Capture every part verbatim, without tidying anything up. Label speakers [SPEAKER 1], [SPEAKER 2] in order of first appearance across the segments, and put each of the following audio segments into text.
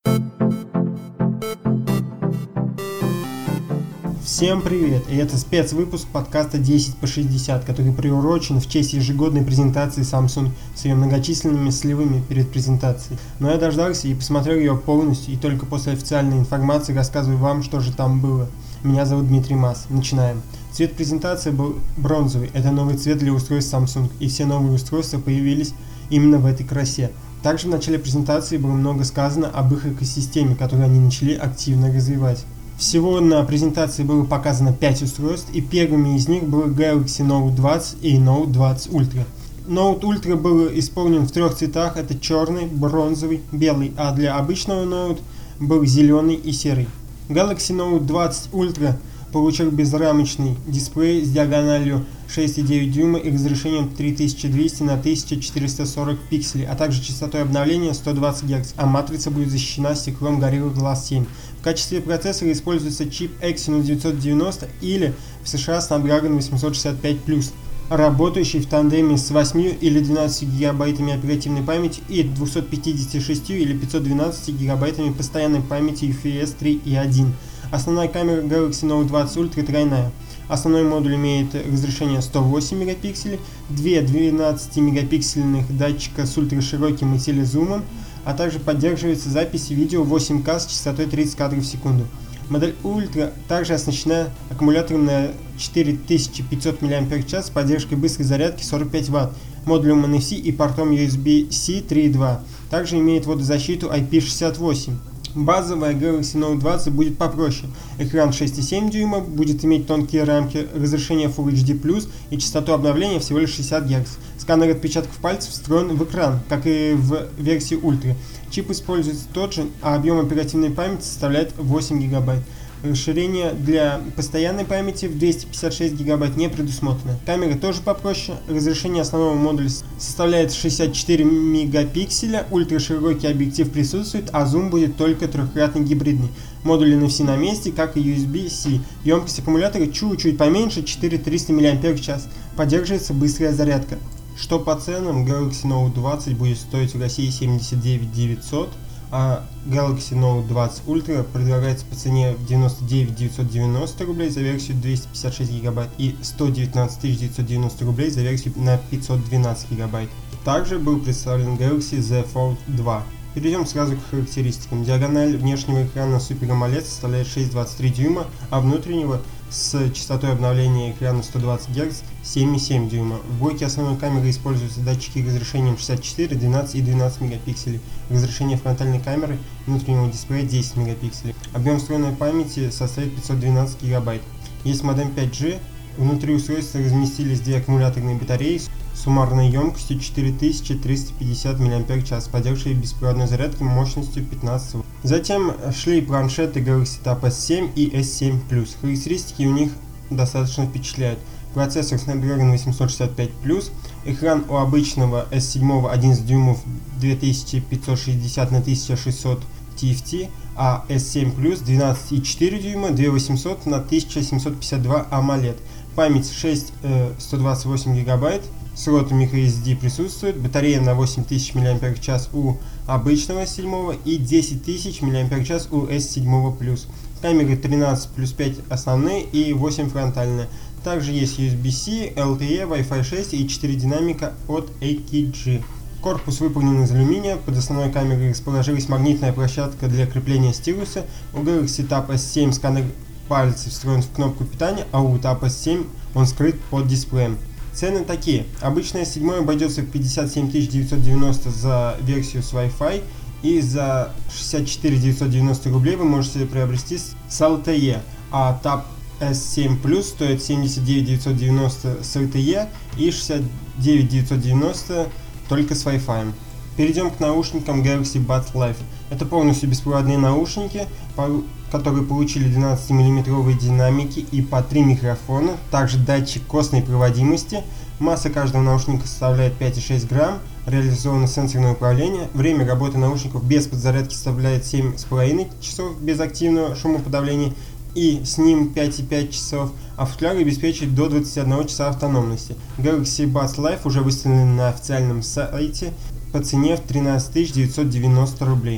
[SPEAKER 1] Всем привет, и это спецвыпуск подкаста десять по шестьдесят, который приурочен в честь ежегодной презентации Samsung с ее многочисленными сливами перед презентацией. Но я дождался и посмотрел ее полностью, и только после официальной информации рассказываю вам, что же там было. Меня зовут Дмитрий Мас. Начинаем. Цвет презентации был бронзовый, это новый цвет для устройств Samsung, и все новые устройства появились именно в этой красе. Также в начале презентации было много сказано об их экосистеме, которую они начали активно развивать. Всего на презентации было показано пять устройств, и первыми из них был Galaxy Note двадцать и Note двадцать Ultra. Note Ultra был исполнен в трех цветах, это черный, бронзовый, белый, а для обычного Note был зеленый и серый. Galaxy Note двадцать Ultra получил безрамочный дисплей с диагональю шесть и девять дюйма и разрешением три тысячи двести на тысяча четыреста сорок пикселей, а также частотой обновления сто двадцать герц, а матрица будет защищена стеклом Gorilla Glass семь. В качестве процессора используется чип Exynos девятьсот девяносто или в США Snapdragon восемьсот шестьдесят пять плюс, работающий в тандеме с восемью или двенадцатью гигабайтами оперативной памяти и двумястами пятьюдесятью шестью или пятьюстами двенадцатью гигабайтами постоянной памяти ю эф эс три и один. Основная камера Galaxy Note двадцать Ultra тройная. Основной модуль имеет разрешение сто восемь мегапикселей, два двенадцатимегапиксельных датчика с ультрашироким и телезумом, а также поддерживается запись видео восемь ка с частотой тридцать кадров в секунду. Модель Ultra также оснащена аккумулятором на четыре тысячи пятьсот мАч с поддержкой быстрой зарядки сорок пять ватт, модулем эн эф си и портом ю эс би-C три и два. Также имеет водозащиту ай пи шестьдесят восемь. Базовая Galaxy Note двадцать будет попроще. Экран шесть и семь дюйма, будет иметь тонкие рамки, разрешение Full эйч ди плюс и частоту обновления всего лишь шестьдесят герц. Сканер отпечатков пальцев встроен в экран, как и в версии Ultra. Чип используется тот же, а объем оперативной памяти составляет восемь гигабайт. Расширение для постоянной памяти в двести пятьдесят шесть гигабайт не предусмотрено. Камера тоже попроще. Разрешение основного модуля составляет шестьдесят четыре мегапикселя, ультраширокий объектив присутствует, а зум будет только трехкратный гибридный. Модуль эн эф си на месте, как и ю эс би-C. Емкость аккумулятора чуть-чуть поменьше, четыре тысячи триста мАч. Поддерживается быстрая зарядка. Что по ценам, Galaxy Note двадцать будет стоить в России семьдесят девять тысяч девятьсот, а Galaxy Note двадцать Ultra предлагается по цене девяносто девять тысяч девятьсот девяносто рублей за версию двести пятьдесят шесть гигабайт и сто девятнадцать тысяч девятьсот девяносто рублей за версию на пятьсот двенадцать гигабайт. Также был представлен Galaxy Z Fold два. Перейдем сразу к характеристикам. Диагональ внешнего экрана Super AMOLED составляет шесть и двадцать три дюйма, а внутреннего с частотой обновления экрана сто двадцать герц семь и семь дюйма. В блоке основной камеры используются датчики разрешением шестьдесят четыре, двенадцать и двенадцать мегапикселей. Разрешение фронтальной камеры внутреннего дисплея десять мегапикселей. Объем встроенной памяти составит пятьсот двенадцать гигабайт. Есть модем пять джи. Внутри устройства разместились две аккумуляторные батареи с суммарной емкостью четыре тысячи триста пятьдесят мАч, поддерживающей беспроводной зарядки мощностью пятнадцать ватт. Затем шли планшеты Galaxy Tab эс семь и эс семь плюс. Характеристики у них достаточно впечатляют. Процессор Snapdragon восемьсот шестьдесят пять плюс, экран у обычного эс семь одиннадцать дюймов две тысячи пятьсот шестьдесят на тысяча шестьсот ти эф ти, а эс семь плюс двенадцать и четыре дюйма две тысячи восемьсот на тысяча семьсот пятьдесят два AMOLED. Память шесть сто двадцать восемь гигабайт, слот microSD присутствует, батарея на восемь тысяч мАч у обычного эс семь и десять тысяч мАч у эс семь плюс. Камеры тринадцать плюс пять основные и восемь фронтальные. Также есть ю эс би-C, эл ти и, Wi-Fi шесть и четыре динамика от эй кей джи. Корпус выполнен из алюминия, под основной камерой расположилась магнитная площадка для крепления стилуса. У Galaxy Tab эс семь сканер пальцев встроен в кнопку питания, а у Tab эс семь он скрыт под дисплеем. Цены такие. Обычная эс семь обойдется в пятьдесят семь тысяч девятьсот девяносто за версию с Wi-Fi, и за шестьдесят четыре тысячи девятьсот девяносто рублей вы можете приобрести с эл ти и, а Tab эс семь плюс стоит семьдесят девять тысяч девятьсот девяносто с эл ти и и шестьдесят девять тысяч девятьсот девяносто только с Wi-Fi. Перейдем к наушникам Galaxy Buds Live. Это полностью беспроводные наушники, которые получили двенадцатимиллиметровые динамики и по три микрофона, также датчик костной проводимости. Масса каждого наушника составляет пять и шесть грамм, реализовано сенсорное управление. Время работы наушников без подзарядки составляет семь с половиной часов без активного шумоподавления и с ним пять и пять часов, а футляр обеспечивает до двадцати одного часа автономности. Galaxy Buds Live уже выставлен на официальном сайте по цене в тринадцать тысяч девятьсот девяносто рублей.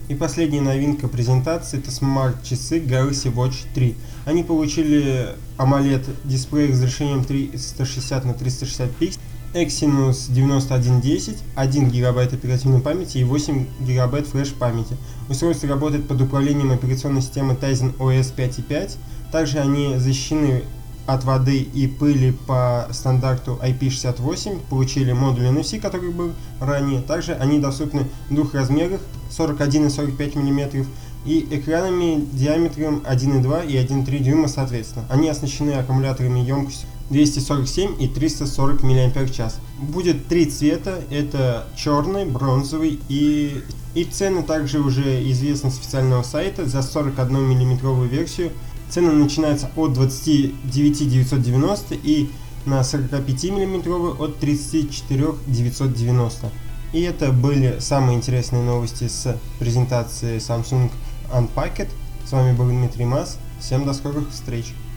[SPEAKER 1] И последняя новинка презентации — это смарт-часы Galaxy Watch три. Они получили AMOLED дисплей разрешением триста шестьдесят на триста шестьдесят пикселей, Exynos девяносто один десять, один гигабайт оперативной памяти и восемь гигабайт флеш-памяти. Устройство работает под управлением операционной системы Tizen о эс пять и пять. Также они защищены от воды и пыли по стандарту ай пи шестьдесят восемь, получили модуль эн эф си, который был ранее. Также они доступны в двух размерах сорок один и сорок пять миллиметров и экранами диаметром один и два и один и три дюйма соответственно. Они оснащены аккумуляторами емкостью двести сорок семь и триста сорок мАч. Будет три цвета, это черный, бронзовый и... И цены также уже известны с официального сайта. За сорок одну миллиметровую версию цены начинаются от двадцати девяти тысяч девятьсот девяносто и на сорок пять миллиметровую от тридцати четырёх тысяч девятьсот девяносто. И это были самые интересные новости с презентации Samsung Unpacked. С вами был Дмитрий Мас. Всем до скорых встреч!